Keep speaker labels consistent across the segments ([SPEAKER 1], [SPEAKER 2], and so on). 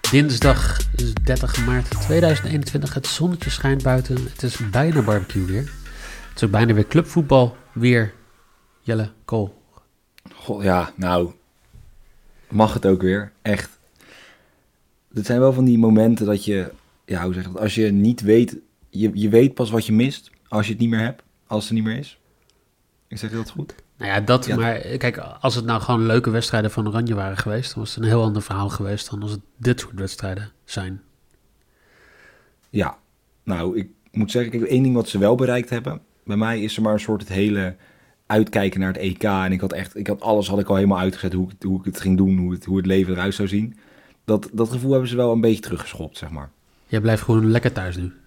[SPEAKER 1] Dinsdag 30 maart 2021. Het zonnetje schijnt buiten. Het is bijna barbecue weer. Het is ook bijna weer clubvoetbal weer. Jelle, Kool.
[SPEAKER 2] God, ja, nou, mag het ook weer. Echt. Het zijn wel van die momenten dat je, ja, hoe zeg je dat, als je niet weet, je weet pas wat je mist als je het niet meer hebt, als het er niet meer is. Ik zeg dat goed?
[SPEAKER 1] Nou ja, dat, ja. Maar kijk, als het nou gewoon leuke wedstrijden van Oranje waren geweest, dan was het een heel ander verhaal geweest dan als het dit soort wedstrijden zijn.
[SPEAKER 2] Ja, nou, ik moet zeggen, kijk, één ding wat ze wel bereikt hebben, bij mij is er maar een soort het hele uitkijken naar het EK. En ik had alles had ik al helemaal uitgezet, hoe ik het ging doen, hoe het leven eruit zou zien. Dat gevoel hebben ze wel een beetje teruggeschopt, zeg maar.
[SPEAKER 1] Jij blijft gewoon lekker thuis nu?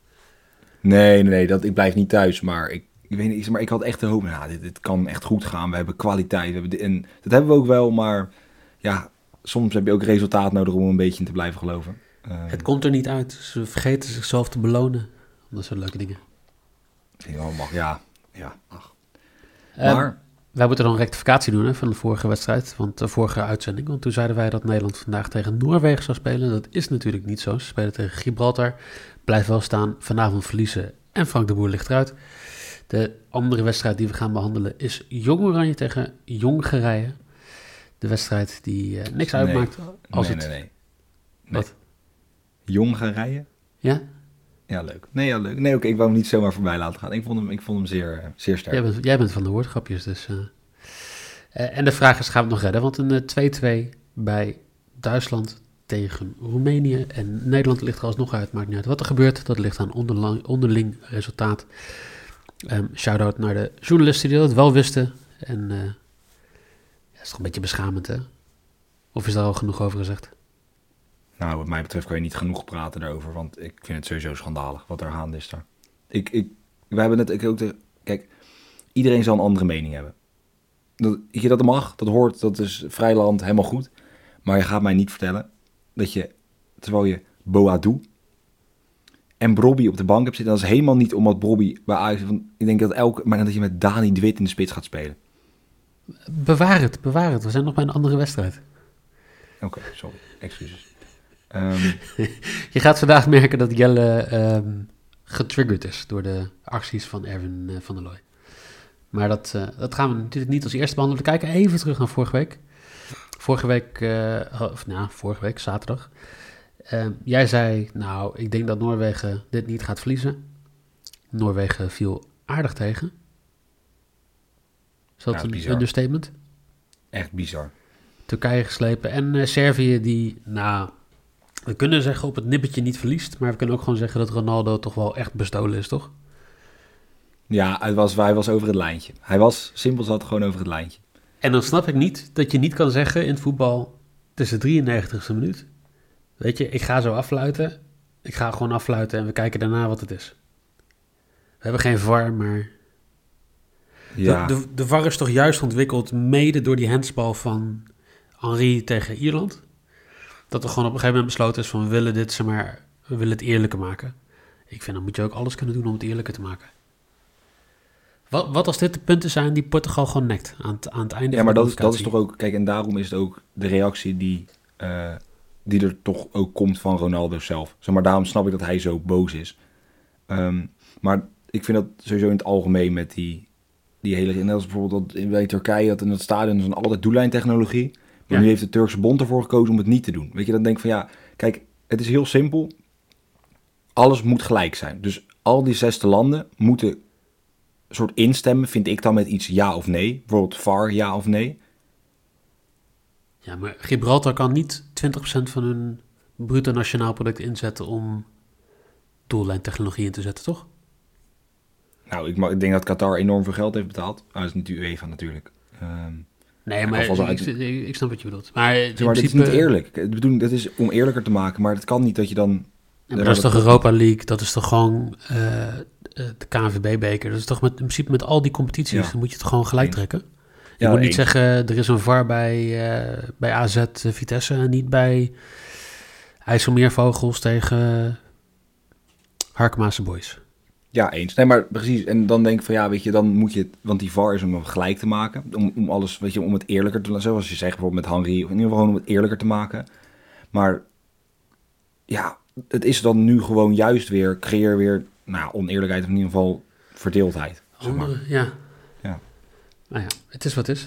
[SPEAKER 2] Nee, ik blijf niet thuis, maar ik weet niet, maar ik had echt de hoop, nou, dit kan echt goed gaan. We hebben kwaliteit, en dat hebben we ook wel, maar ja, soms heb je ook resultaat nodig om een beetje in te blijven geloven.
[SPEAKER 1] Het komt er niet uit. Ze vergeten zichzelf te belonen. Dat soort leuke dingen.
[SPEAKER 2] Ja, ach. Maar
[SPEAKER 1] wij moeten dan een rectificatie doen van de vorige wedstrijd, de vorige uitzending. Want toen zeiden wij dat Nederland vandaag tegen Noorwegen zou spelen. Dat is natuurlijk niet zo. Ze spelen tegen Gibraltar. Blijft wel staan. Vanavond verliezen. En Frank de Boer ligt eruit. De andere wedstrijd die we gaan behandelen is Jong Oranje tegen Hongarije. De wedstrijd die niks uitmaakt.
[SPEAKER 2] Nee.
[SPEAKER 1] Wat?
[SPEAKER 2] Hongarije?
[SPEAKER 1] Ja?
[SPEAKER 2] Ja, leuk. Leuk. Nee, oké, ik wou hem niet zomaar voorbij laten gaan. Ik vond hem zeer sterk.
[SPEAKER 1] Jij bent van de woordgrapjes, dus. En de vraag is, gaan we het nog redden? Want een 2-2 bij Duitsland tegen Roemenië. En Nederland ligt er alsnog uit. Maakt niet uit wat er gebeurt. Dat ligt aan onderling resultaat. Shout-out naar de journalisten die dat wel wisten. En dat is toch een beetje beschamend, hè? Of is daar al genoeg over gezegd?
[SPEAKER 2] Nou, wat mij betreft kan je niet genoeg praten daarover, want ik vind het sowieso schandalig wat er gaande is daar. We hebben net, kijk, iedereen zal een andere mening hebben. Dat mag, dat hoort, dat is vrij land, helemaal goed. Maar je gaat mij niet vertellen dat je, terwijl je Boadou en Brobby op de bank hebt zitten, dat is helemaal niet omdat Brobby bij Ajax, ik denk maar dat je met Dani de Wit in de spits gaat spelen.
[SPEAKER 1] Bewaar het. We zijn nog bij een andere wedstrijd.
[SPEAKER 2] Oké, sorry, excuses.
[SPEAKER 1] Je gaat vandaag merken dat Jelle getriggerd is door de acties van Erwin van der Looy. Maar dat gaan we natuurlijk niet als eerste behandelen. We kijken even terug naar vorige week. Vorige week, zaterdag. Jij zei, nou, ik denk dat Noorwegen dit niet gaat verliezen. Noorwegen viel aardig tegen. Is dat een understatement?
[SPEAKER 2] Echt bizar.
[SPEAKER 1] Turkije geslepen en Servië die, nou, we kunnen zeggen op het nippertje niet verliest, maar we kunnen ook gewoon zeggen dat Ronaldo toch wel echt bestolen is, toch?
[SPEAKER 2] Ja, hij was over het lijntje. Hij was, simpel zat, gewoon over het lijntje.
[SPEAKER 1] En dan snap ik niet dat je niet kan zeggen in het voetbal, het is de 93ste minuut. Weet je, ik ga zo affluiten. Ik ga gewoon affluiten en we kijken daarna wat het is. We hebben geen VAR, maar ja. De VAR is toch juist ontwikkeld mede door die handsbal van Henry tegen Ierland. Dat er gewoon op een gegeven moment besloten is van we willen dit, we willen het eerlijker maken. Ik vind dan moet je ook alles kunnen doen om het eerlijker te maken. Wat als dit de punten zijn die Portugal gewoon nekt aan het einde van de kwalificatie?
[SPEAKER 2] Ja, maar dat is toch ook, kijk, en daarom is het ook de reactie die er toch ook komt van Ronaldo zelf. Zeg maar, daarom snap ik dat hij zo boos is. Maar ik vind dat sowieso in het algemeen met die hele, net als bijvoorbeeld dat bij Turkije dat in het stadion is altijd doellijntechnologie. Maar nu heeft de Turkse bond ervoor gekozen om het niet te doen. Weet je, dan denk ik van ja, kijk, het is heel simpel. Alles moet gelijk zijn. Dus al die 6 landen moeten een soort instemmen, vind ik dan met iets ja of nee. Bijvoorbeeld VAR, ja of nee.
[SPEAKER 1] Ja, maar Gibraltar kan niet 20% van hun bruto nationaal product inzetten om doellijntechnologie in te zetten, toch?
[SPEAKER 2] Nou, ik denk dat Qatar enorm veel geld heeft betaald. Dat is niet de UEFA natuurlijk.
[SPEAKER 1] Nee, maar ik snap wat je bedoelt. Maar in
[SPEAKER 2] principe, dit is niet eerlijk. Ik bedoel, dat is om eerlijker te maken, maar het kan niet dat je dan...
[SPEAKER 1] Ja, maar dat is toch Europa League, dat is toch gewoon de KNVB-beker. Dat is toch in principe met al die competities, dan moet je het gewoon gelijk trekken. Je moet niet zeggen, er is een VAR bij AZ Vitesse en niet bij IJsselmeervogels tegen Harkemaanse Boys.
[SPEAKER 2] Ja, eens. Nee, maar precies. En dan denk ik van ja, weet je, dan moet je het, want die VAR is om het gelijk te maken. Om alles, weet je, om het eerlijker te laten. Zoals je zegt bijvoorbeeld met Henry, of in ieder geval gewoon om het eerlijker te maken. Maar ja, het is dan nu gewoon juist weer, creëer weer, oneerlijkheid of in ieder geval verdeeldheid. Zeg maar.
[SPEAKER 1] Ja.
[SPEAKER 2] Ja.
[SPEAKER 1] Nou ja, het is wat het is.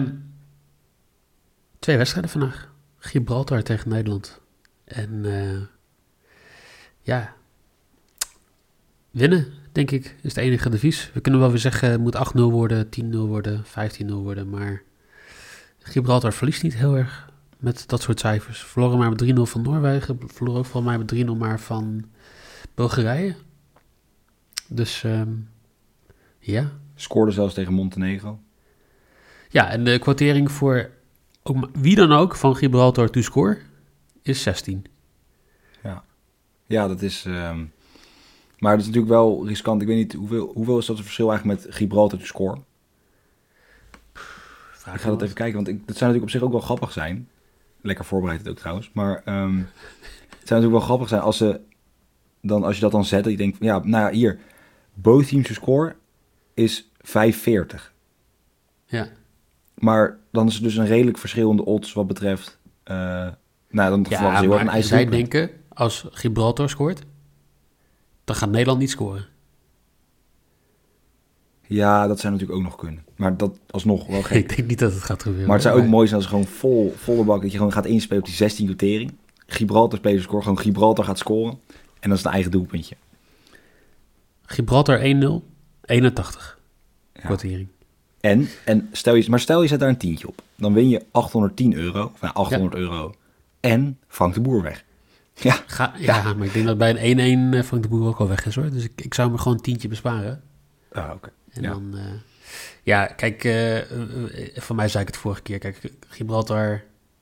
[SPEAKER 1] 2 wedstrijden vandaag. Gibraltar tegen Nederland. En winnen, denk ik, is het enige devies. We kunnen wel weer zeggen, het moet 8-0 worden, 10-0 worden, 15-0 worden. Maar Gibraltar verliest niet heel erg met dat soort cijfers. Verloren maar met 3-0 van Noorwegen. Verloren ook volgens mij met 3-0 maar van Bulgarije. Dus ja.
[SPEAKER 2] Scoorde zelfs tegen Montenegro.
[SPEAKER 1] Ja, en de quotering voor wie dan ook van Gibraltar to score is 16.
[SPEAKER 2] Ja, dat is... maar dat is natuurlijk wel riskant. Ik weet niet, hoeveel is dat het verschil eigenlijk met Gibraltar to score? Ik ga dat even kijken, want dat zou natuurlijk op zich ook wel grappig zijn. Lekker voorbereid het ook trouwens. Maar het zou natuurlijk wel grappig zijn als je dat dan zet. Dat je denkt, hier, both teams to score is 5,40.
[SPEAKER 1] Ja.
[SPEAKER 2] Maar dan is er dus een redelijk verschil in de odds wat betreft... dan verwachten ze heel erg een eigen
[SPEAKER 1] zij
[SPEAKER 2] doelpunt.
[SPEAKER 1] denken, als Gibraltar scoort, dan gaat Nederland niet scoren.
[SPEAKER 2] Ja, dat zou natuurlijk ook nog kunnen. Maar dat alsnog wel gek.
[SPEAKER 1] Ik denk niet dat het gaat gebeuren.
[SPEAKER 2] Maar het zou ook mooi zijn als je gewoon volle bak... dat je gewoon gaat inspelen op die 16 quotering. Gibraltar spelen score, gewoon Gibraltar gaat scoren. En dat is een eigen doelpuntje.
[SPEAKER 1] Gibraltar 1-0, 81 quotering.
[SPEAKER 2] En stel je zet daar een tientje op. Dan win je €810. Of €800. En Frank de Boer weg. Ja.
[SPEAKER 1] Maar ik denk dat bij een 1-1 Frank de Boer ook al weg is hoor. Dus ik zou me gewoon een tientje besparen.
[SPEAKER 2] Oké.
[SPEAKER 1] En dan... kijk, voor mij zei ik het vorige keer. Kijk, Gibraltar,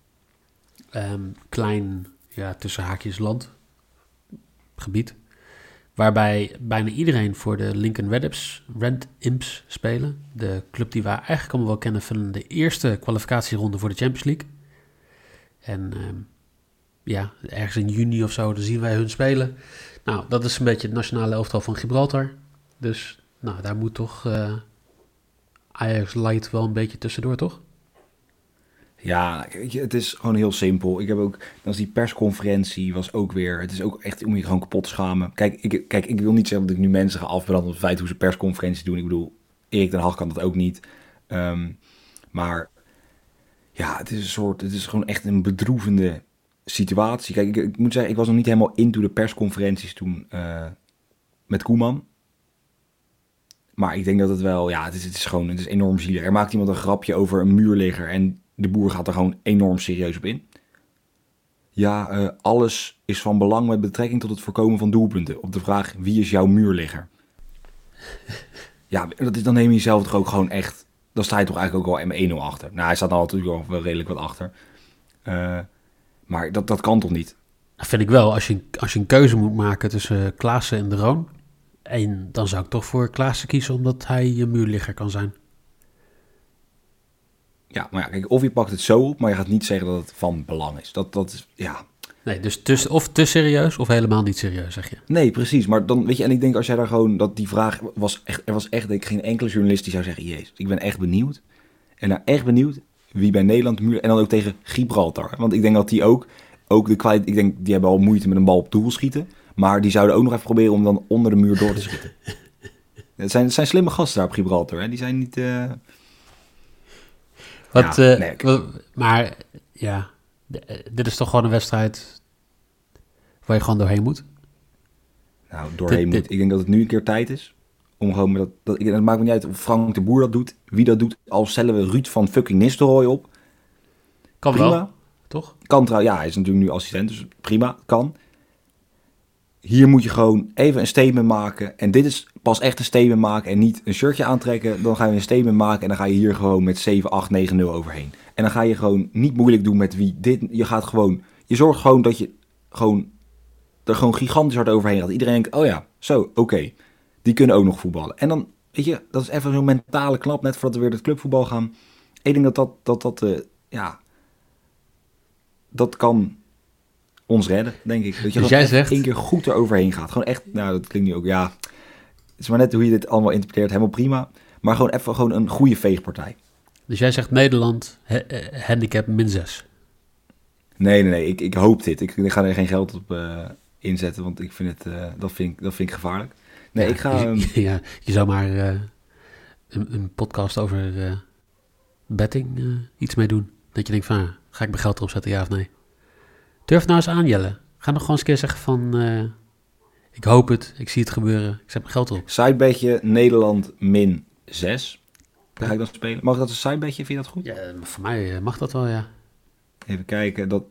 [SPEAKER 1] klein, tussen haakjes land, gebied. Waarbij bijna iedereen voor de Lincoln Red Imps spelen. De club die we eigenlijk allemaal wel kennen van de eerste kwalificatieronde voor de Champions League. En ergens in juni of zo, dan zien wij hun spelen. Nou, dat is een beetje het nationale elftal van Gibraltar. Dus, daar moet toch Ajax Light wel een beetje tussendoor, toch?
[SPEAKER 2] Ja, het is gewoon heel simpel. Ik heb ook, als die persconferentie was ook weer... Het is ook echt om je gewoon kapot te schamen. Kijk, ik wil niet zeggen dat ik nu mensen ga afbranden op het feit hoe ze persconferenties doen. Ik bedoel, Erik ten Hag kan dat ook niet. Maar ja, het is gewoon echt een bedroevende situatie. Kijk, ik moet zeggen, ik was nog niet helemaal into de persconferenties toen met Koeman. Maar ik denk dat het wel, het is enorm zielig. Er maakt iemand een grapje over een muurligger en de Boer gaat er gewoon enorm serieus op in. Ja, alles is van belang met betrekking tot het voorkomen van doelpunten. Op de vraag, wie is jouw muurligger? Ja, dan neem je jezelf toch ook gewoon echt... Dan sta je toch eigenlijk ook wel M1-0 achter. Nou, hij staat nou natuurlijk wel redelijk wat achter. Maar dat kan toch niet?
[SPEAKER 1] Dat vind ik wel. Als je een keuze moet maken tussen Klaassen en De Roon... En dan zou ik toch voor Klaassen kiezen, omdat hij je muurligger kan zijn.
[SPEAKER 2] Ja, maar kijk, of je pakt het zo op, maar je gaat niet zeggen dat het van belang is. Dat is,
[SPEAKER 1] Nee, dus of te serieus of helemaal niet serieus, zeg je.
[SPEAKER 2] Nee, precies. Maar dan, weet je, en ik denk als jij daar gewoon, dat die vraag was echt, er was echt, denk ik, geen enkele journalist die zou zeggen, jezus, ik ben echt benieuwd. En echt benieuwd wie bij Nederland muur, en dan ook tegen Gibraltar. Want ik denk dat die ook de kwaliteit, ik denk, die hebben al moeite met een bal op doel schieten. Maar die zouden ook nog even proberen om dan onder de muur door te schieten. Het zijn slimme gasten daar op Gibraltar, hè? Die zijn niet...
[SPEAKER 1] Maar dit is toch gewoon een wedstrijd waar je gewoon doorheen moet?
[SPEAKER 2] Nou, doorheen moet. Ik denk dat het nu een keer tijd is om gewoon met dat het maakt me niet uit of Frank de Boer dat doet, wie dat doet. Al stellen we Ruud van fucking Nistelrooy op.
[SPEAKER 1] Kan
[SPEAKER 2] prima.
[SPEAKER 1] Wel, toch?
[SPEAKER 2] Kan trouwens, hij is natuurlijk nu assistent, dus prima, kan. Hier moet je gewoon even een statement maken. En dit is pas echt een statement maken en niet een shirtje aantrekken. Dan ga je een statement maken en dan ga je hier gewoon met 7, 8, 9, 0 overheen. En dan ga je gewoon niet moeilijk doen met wie dit... Je zorgt gewoon dat je er gewoon gigantisch hard overheen gaat. Iedereen denkt, oh ja, oké. Die kunnen ook nog voetballen. En dan, weet je, dat is even zo'n mentale klap net voordat we weer het clubvoetbal gaan. Ik denk dat kan ons redden, denk ik. Dat je
[SPEAKER 1] dus
[SPEAKER 2] gewoon
[SPEAKER 1] jij zegt
[SPEAKER 2] 1 keer goed eroverheen gaat. Gewoon echt, nou dat klinkt nu ook, Het is maar net hoe je dit allemaal interpreteert, helemaal prima. Maar gewoon een goede veegpartij.
[SPEAKER 1] Dus jij zegt Nederland, handicap -6.
[SPEAKER 2] Nee. Ik hoop dit. Ik ga er geen geld op inzetten, want ik vind het, dat vind ik gevaarlijk. Nee,
[SPEAKER 1] Ja,
[SPEAKER 2] ik ga...
[SPEAKER 1] ja, je zou maar een podcast over betting iets mee doen. Dat je denkt van, ga ik mijn geld erop zetten, ja of nee? Durf nou eens aan, Jelle. Ga nog gewoon eens een keer zeggen van... ik hoop het, ik zie het gebeuren, ik zet mijn geld erop.
[SPEAKER 2] Sidebedje Nederland min 6. Daar ga ik dan spelen. Mag dat een sidebedje? Vind je dat goed?
[SPEAKER 1] Ja, voor mij mag dat wel, ja.
[SPEAKER 2] Even kijken. Dat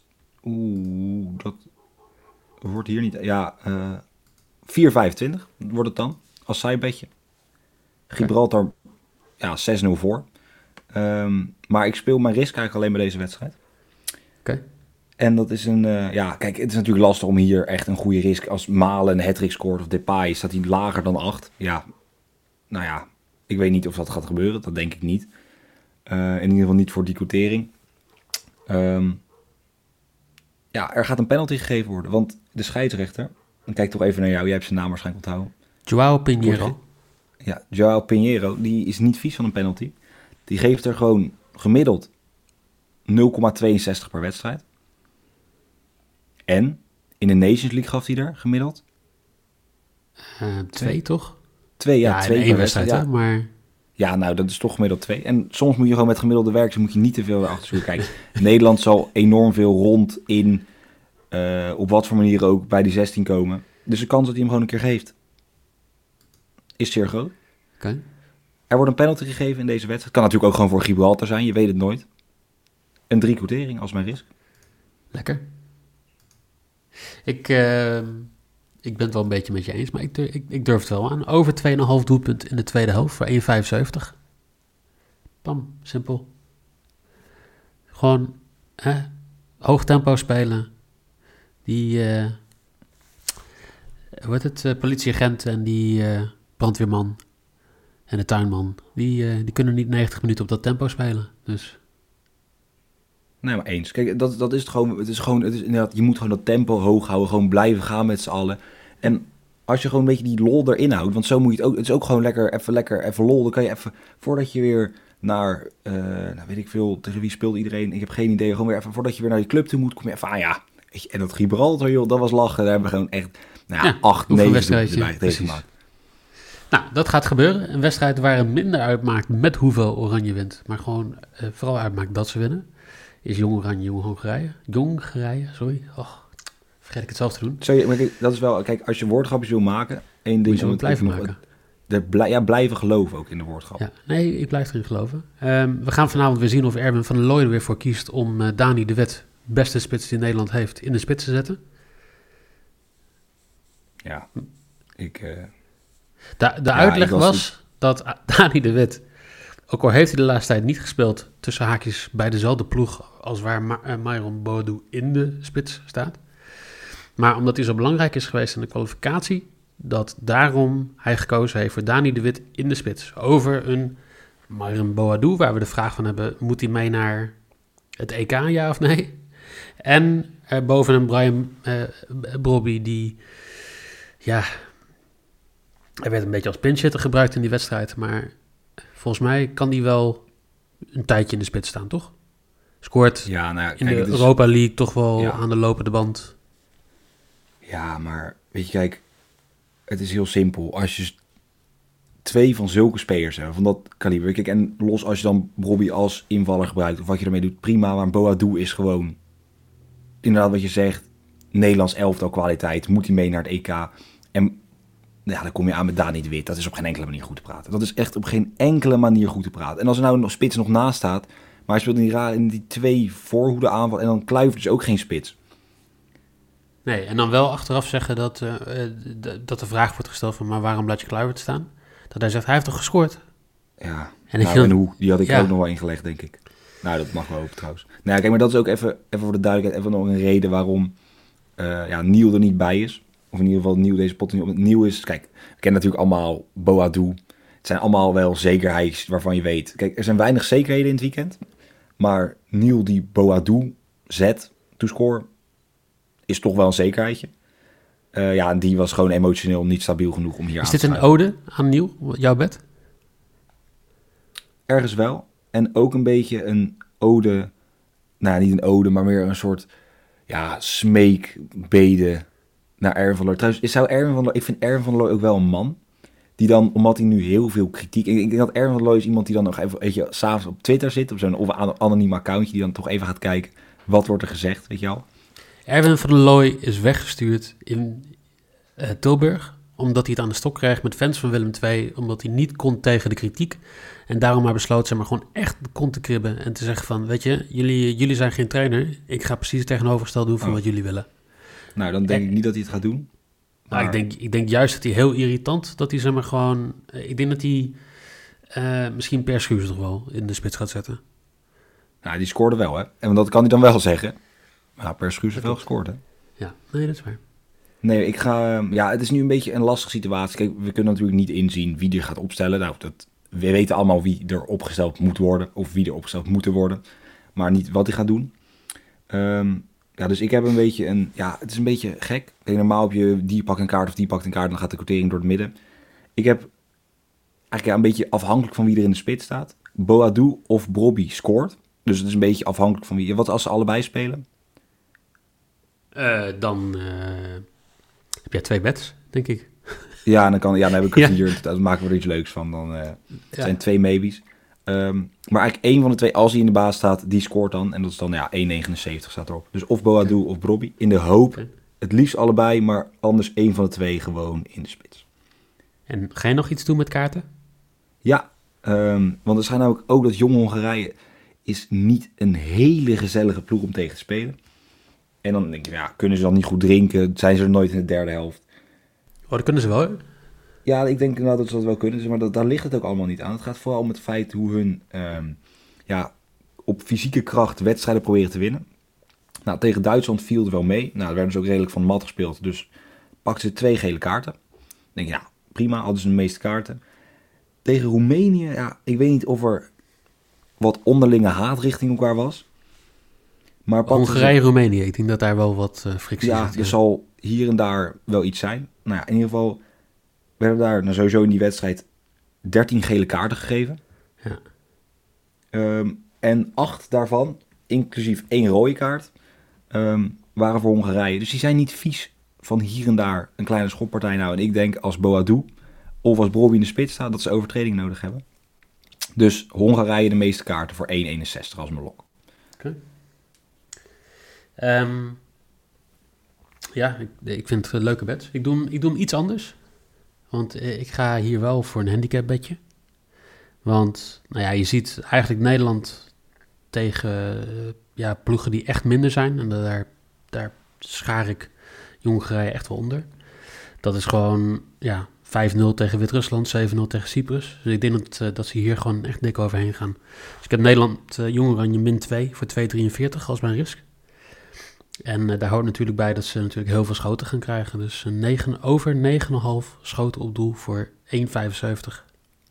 [SPEAKER 2] wordt hier niet... Ja, 4,25 wordt het dan. Als sidebedje. Gibraltar, ja, 6-0 voor. Maar ik speel mijn risk eigenlijk alleen bij deze wedstrijd.
[SPEAKER 1] Oké.
[SPEAKER 2] En dat is een... kijk, het is natuurlijk lastig om hier echt een goede risk... Als Malen een hat-trick scoort of Depay, staat hij lager dan 8. Ja, nou ja, ik weet niet of dat gaat gebeuren. Dat denk ik niet. In ieder geval niet voor die quotering. Er gaat een penalty gegeven worden. Want de scheidsrechter... Dan kijk toch even naar jou. Jij hebt zijn naam waarschijnlijk onthouden.
[SPEAKER 1] João Pinheiro.
[SPEAKER 2] Ja, João Pinheiro. Die is niet vies van een penalty. Die geeft er gewoon gemiddeld 0,62 per wedstrijd. En in de Nations League gaf hij er gemiddeld
[SPEAKER 1] 2, toch?
[SPEAKER 2] 2, ja, 2
[SPEAKER 1] in één wedstrijd,
[SPEAKER 2] ja.
[SPEAKER 1] hè? Maar...
[SPEAKER 2] Ja, nou, dat is toch gemiddeld 2. En soms moet je gewoon met gemiddelde werk, dus moet je niet te veel achter zoeken. Kijk, Nederland zal enorm veel rond in, op wat voor manier ook, bij die 16 komen. Dus de kans dat hij hem gewoon een keer geeft, is zeer groot.
[SPEAKER 1] Okay.
[SPEAKER 2] Er wordt een penalty gegeven in deze wedstrijd. Kan natuurlijk ook gewoon voor Gibraltar zijn, je weet het nooit. Een 3 quotering als mijn risk.
[SPEAKER 1] Lekker. Ik ben het wel een beetje met je eens, maar ik durf het wel aan. Over 2,5 doelpunt in de tweede helft voor 1,75. Pam, simpel. Gewoon hoog tempo spelen. Die, politieagent en die brandweerman en de tuinman, die kunnen niet 90 minuten op dat tempo spelen. Dus...
[SPEAKER 2] Nee, maar eens. Kijk, dat is het gewoon. Het is inderdaad, je moet gewoon dat tempo hoog houden. Gewoon blijven gaan met z'n allen. En als je gewoon een beetje die lol erin houdt. Want zo moet je het ook. Het is ook gewoon lekker even lol. Dan kan je even, voordat je weer naar, weet ik veel, tegen wie speelt iedereen? Ik heb geen idee. Gewoon weer even, voordat je weer naar je club toe moet, kom je even ja. Weet je, en dat Gibraltar, joh, dat was lachen. Daar hebben we gewoon echt, 8, 9 wedstrijden tegen gemaakt.
[SPEAKER 1] Nou, dat gaat gebeuren. Een wedstrijd waar het minder uitmaakt met hoeveel Oranje wint. Maar gewoon vooral uitmaakt dat ze winnen. Is Jong Oranje, Jong Hongarije. Hongarije, sorry. Vergeet ik het zelf te doen.
[SPEAKER 2] Sorry, maar kijk, dat is wel... Kijk, als je woordgrapjes wil maken... één ding
[SPEAKER 1] moet je blijven maken.
[SPEAKER 2] Blijven geloven ook in de woordgrap.
[SPEAKER 1] Ja, nee, ik blijf erin geloven. We gaan vanavond weer zien of Erwin van der Looy er weer voor kiest... om Dani de Wet, beste spits die Nederland heeft, in de spits te zetten.
[SPEAKER 2] Ja,
[SPEAKER 1] De uitleg was dat Dani de Wet... Ook al heeft hij de laatste tijd niet gespeeld tussen haakjes bij dezelfde ploeg als waar Myron Boadu in de spits staat. Maar omdat hij zo belangrijk is geweest in de kwalificatie, dat daarom hij gekozen heeft voor Dani de Wit in de spits. Over een Myron Boadu, waar we de vraag van hebben, moet hij mee naar het EK, ja of nee? En boven een Brian Brobby die, ja, hij werd een beetje als pinchhitter gebruikt in die wedstrijd, maar... Volgens mij kan die wel een tijdje in de spits staan, toch? Scoort in de Europa League toch wel aan de lopende band.
[SPEAKER 2] Ja, maar weet je, kijk, het is heel simpel. Als je 2 van zulke spelers hebt, van dat kaliber. Kijk, en los als je dan Robbie als invaller gebruikt, of wat je ermee doet, prima. Maar Boadu is gewoon, inderdaad wat je zegt, Nederlands elftal kwaliteit. Moet hij mee naar het EK. En... Ja, dan kom je aan met Dani de Wit. Dat is op geen enkele manier goed te praten. Dat is echt op geen enkele manier goed te praten. En als er nou nog spits nog naast staat... maar hij speelt in die 2 voorhoede aanval... en dan Kluivert is ook geen spits.
[SPEAKER 1] Nee, en dan wel achteraf zeggen dat de vraag wordt gesteld van... maar waarom laat je Kluivert staan? Dat hij zegt, hij heeft toch gescoord?
[SPEAKER 2] Ja, en hoe? Die had ik ook nog wel ingelegd, denk ik. Nou, dat mag wel ook trouwens. Nou, kijk, maar dat is ook even voor de duidelijkheid... even nog een reden waarom Niel er niet bij is... Of in ieder geval nieuw deze pot niet op. Het nieuw is, kijk, we kennen natuurlijk allemaal Boadu. Het zijn allemaal wel zekerheden waarvan je weet. Kijk, er zijn weinig zekerheden in het weekend. Maar Niel die Boadu zet, to score, is toch wel een zekerheidje. En die was gewoon emotioneel niet stabiel genoeg om hier aan te
[SPEAKER 1] schrijven. Is dit een ode aan Niel, jouw bed?
[SPEAKER 2] Ergens wel. En ook een beetje een ode nou niet een ode, maar meer een soort smeekbede naar Erwin van Looy. Trouwens, ik vind Erwin van Looy ook wel een man. Die dan, omdat hij nu heel veel kritiek... Ik denk dat Erwin van Looy is iemand die dan nog even, weet je, 's avonds op Twitter zit, op zo'n of een anoniem accountje, die dan toch even gaat kijken, wat wordt er gezegd, weet je wel.
[SPEAKER 1] Erwin van der Looy is weggestuurd in Tilburg, omdat hij het aan de stok kreeg met fans van Willem II, omdat hij niet kon tegen de kritiek. En daarom maar besloot, zeg maar, gewoon echt de kont te kribben en te zeggen van, weet je, jullie zijn geen trainer, ik ga precies het tegenovergestelde doen van wat jullie willen.
[SPEAKER 2] Nou, dan denk ik niet dat hij het gaat doen.
[SPEAKER 1] Maar ik denk juist dat hij heel irritant, dat hij, zeg maar, gewoon, ik denk dat hij misschien Per Schuurs nog wel in de spits gaat zetten.
[SPEAKER 2] Nou, die scoorde wel, hè. En dat kan hij dan wel zeggen. Maar Per Schuurs heeft wel gescoord, hè.
[SPEAKER 1] Ja, nee, dat is waar.
[SPEAKER 2] Nee, het is nu een beetje een lastige situatie. Kijk, we kunnen natuurlijk niet inzien wie er gaat opstellen. Nou, we weten allemaal wie er opgesteld moet worden. Of wie er opgesteld moeten worden. Maar niet wat hij gaat doen. Dus ik heb een beetje het is een beetje gek. Kijk, normaal heb je die pakt een kaart of die pakt een kaart. Dan gaat de quotering door het midden. Ik heb eigenlijk een beetje afhankelijk van wie er in de spits staat. Boadu of Brobby scoort. Dus het is een beetje afhankelijk van wie. Wat als ze allebei spelen?
[SPEAKER 1] Dan heb jij 2 bets, denk ik.
[SPEAKER 2] Ja, dan heb ik er 4. Dan maken we er iets leuks van. Dan zijn 2 maybes. Maar eigenlijk één van de 2, als hij in de baas staat, die scoort dan. En dat is dan 1,79 staat erop. Dus of Boadu of Brobby. In de hoop, het liefst allebei, maar anders één van de 2 gewoon in de spits.
[SPEAKER 1] En ga je nog iets doen met kaarten?
[SPEAKER 2] Ja, want er schijnt ook dat Jong Hongarije is niet een hele gezellige ploeg om tegen te spelen. En dan denk je, kunnen ze dan niet goed drinken? Zijn ze er nooit in de derde helft?
[SPEAKER 1] Oh, dat kunnen ze wel, hè?
[SPEAKER 2] Ja, ik denk inderdaad dat ze dat wel kunnen. Maar daar ligt het ook allemaal niet aan. Het gaat vooral om het feit hoe hun op fysieke kracht wedstrijden proberen te winnen. Nou, tegen Duitsland viel het wel mee. Nou, daar werden ze ook redelijk van de mat gespeeld. Dus pakten ze 2 gele kaarten. Dan denk je, prima, hadden ze de meeste kaarten. Tegen Roemenië, ik weet niet of er wat onderlinge haat richting elkaar was. Maar
[SPEAKER 1] Hongarije-Roemenië, ik denk dat daar wel wat frictie zit.
[SPEAKER 2] Ja, er zal hier en daar wel iets zijn. Nou ja, in ieder geval werden daar sowieso in die wedstrijd 13 gele kaarten gegeven.
[SPEAKER 1] Ja.
[SPEAKER 2] En 8 daarvan, inclusief 1 rode kaart, waren voor Hongarije. Dus die zijn niet vies van hier en daar een kleine schoppartij. Nou, en ik denk als Boadu of als Brobby in de spits staat, dat ze overtreding nodig hebben. Dus Hongarije de meeste kaarten voor 1,61 als mijn lok.
[SPEAKER 1] Oké. Ik vind het een leuke bet. Ik doe hem iets anders. Want ik ga hier wel voor een handicapbedje. Want je ziet eigenlijk Nederland tegen ploegen die echt minder zijn. En daar schaar ik Hongarije echt wel onder. Dat is gewoon 5-0 tegen Wit-Rusland, 7-0 tegen Cyprus. Dus ik denk dat ze hier gewoon echt dik overheen gaan. Dus ik heb Nederland Jong Oranje -2 voor 2,43 als mijn risk. En daar houdt natuurlijk bij dat ze natuurlijk heel veel schoten gaan krijgen. Dus over 9,5 schoten op doel voor 1,75.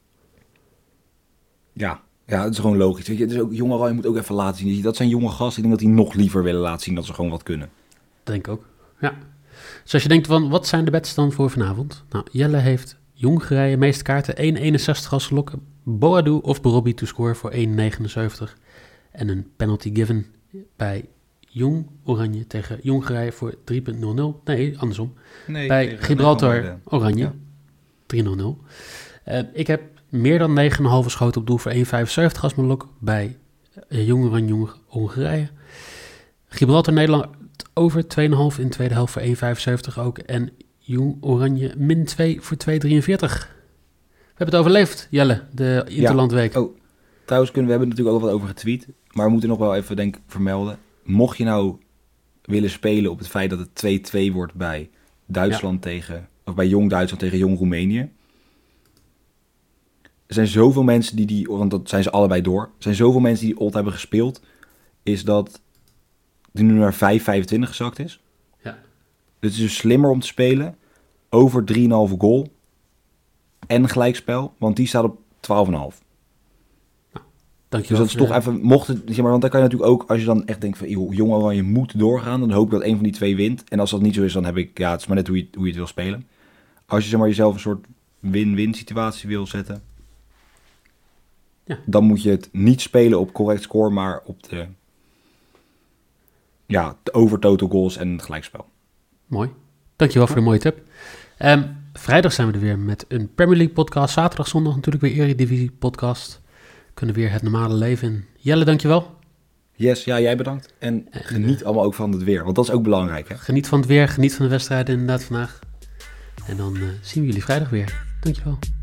[SPEAKER 1] Ja,
[SPEAKER 2] het is gewoon logisch. Weet je, het is ook, Jong Oranje moet ook even laten zien. Dat zijn jonge gasten. Ik denk dat die nog liever willen laten zien dat ze gewoon wat kunnen.
[SPEAKER 1] Denk ik ook, ja. Dus als je denkt van, wat zijn de bets dan voor vanavond? Nou, Jelle heeft Jong Hongarije, meeste kaarten, 1,61 als lokken. Boadu of Brobby to score voor 1,79. En een penalty given bij Jong Oranje tegen Jong Hongarije voor 3,00. Nee, andersom.
[SPEAKER 2] Nee,
[SPEAKER 1] bij Gibraltar Oranje, 3,00. Ik heb meer dan 9,5 schoten op doel voor 1,75 als mijn lok bij Jong Oranje Jong Hongarije. Gibraltar Nederland over 2,5 in de tweede helft voor 1,75 ook. En Jong Oranje -2 voor 2,43. We hebben het overleefd, Jelle, de Interlandweek.
[SPEAKER 2] Oh, trouwens, we hebben natuurlijk ook al wat over getweet. Maar we moeten nog wel even, denk ik, vermelden. Mocht je nou willen spelen op het feit dat het 2-2 wordt bij Duitsland of bij Jong Duitsland tegen Jong Roemenië. Er zijn zoveel mensen want dat zijn ze allebei door. Er zijn zoveel mensen die odd hebben gespeeld. Is dat die nu naar 5,25 gezakt is.
[SPEAKER 1] Ja.
[SPEAKER 2] Het is dus slimmer om te spelen over 3,5 goal en gelijkspel, want die staat op 12,5.
[SPEAKER 1] Dankjewel.
[SPEAKER 2] Dus dat is toch even, want dan kan je natuurlijk ook, als je dan echt denkt van, Jong Oranje moet doorgaan, dan hoop ik dat een van die 2 wint. En als dat niet zo is, dan heb ik, het is maar net hoe je het wil spelen. Als je jezelf een soort win-win situatie wil zetten, dan moet je het niet spelen op correct score, maar op de over total goals en het gelijkspel.
[SPEAKER 1] Mooi. Dankjewel voor de mooie tip. Vrijdag zijn we er weer met een Premier League podcast. Zaterdag, zondag natuurlijk weer Eredivisie podcast. Kunnen weer het normale leven in. Jelle, dankjewel.
[SPEAKER 2] Yes, ja, jij bedankt. En geniet allemaal ook van het weer, want dat is ook belangrijk. Hè?
[SPEAKER 1] Geniet van het weer, geniet van de wedstrijden inderdaad vandaag. En dan zien we jullie vrijdag weer. Dankjewel.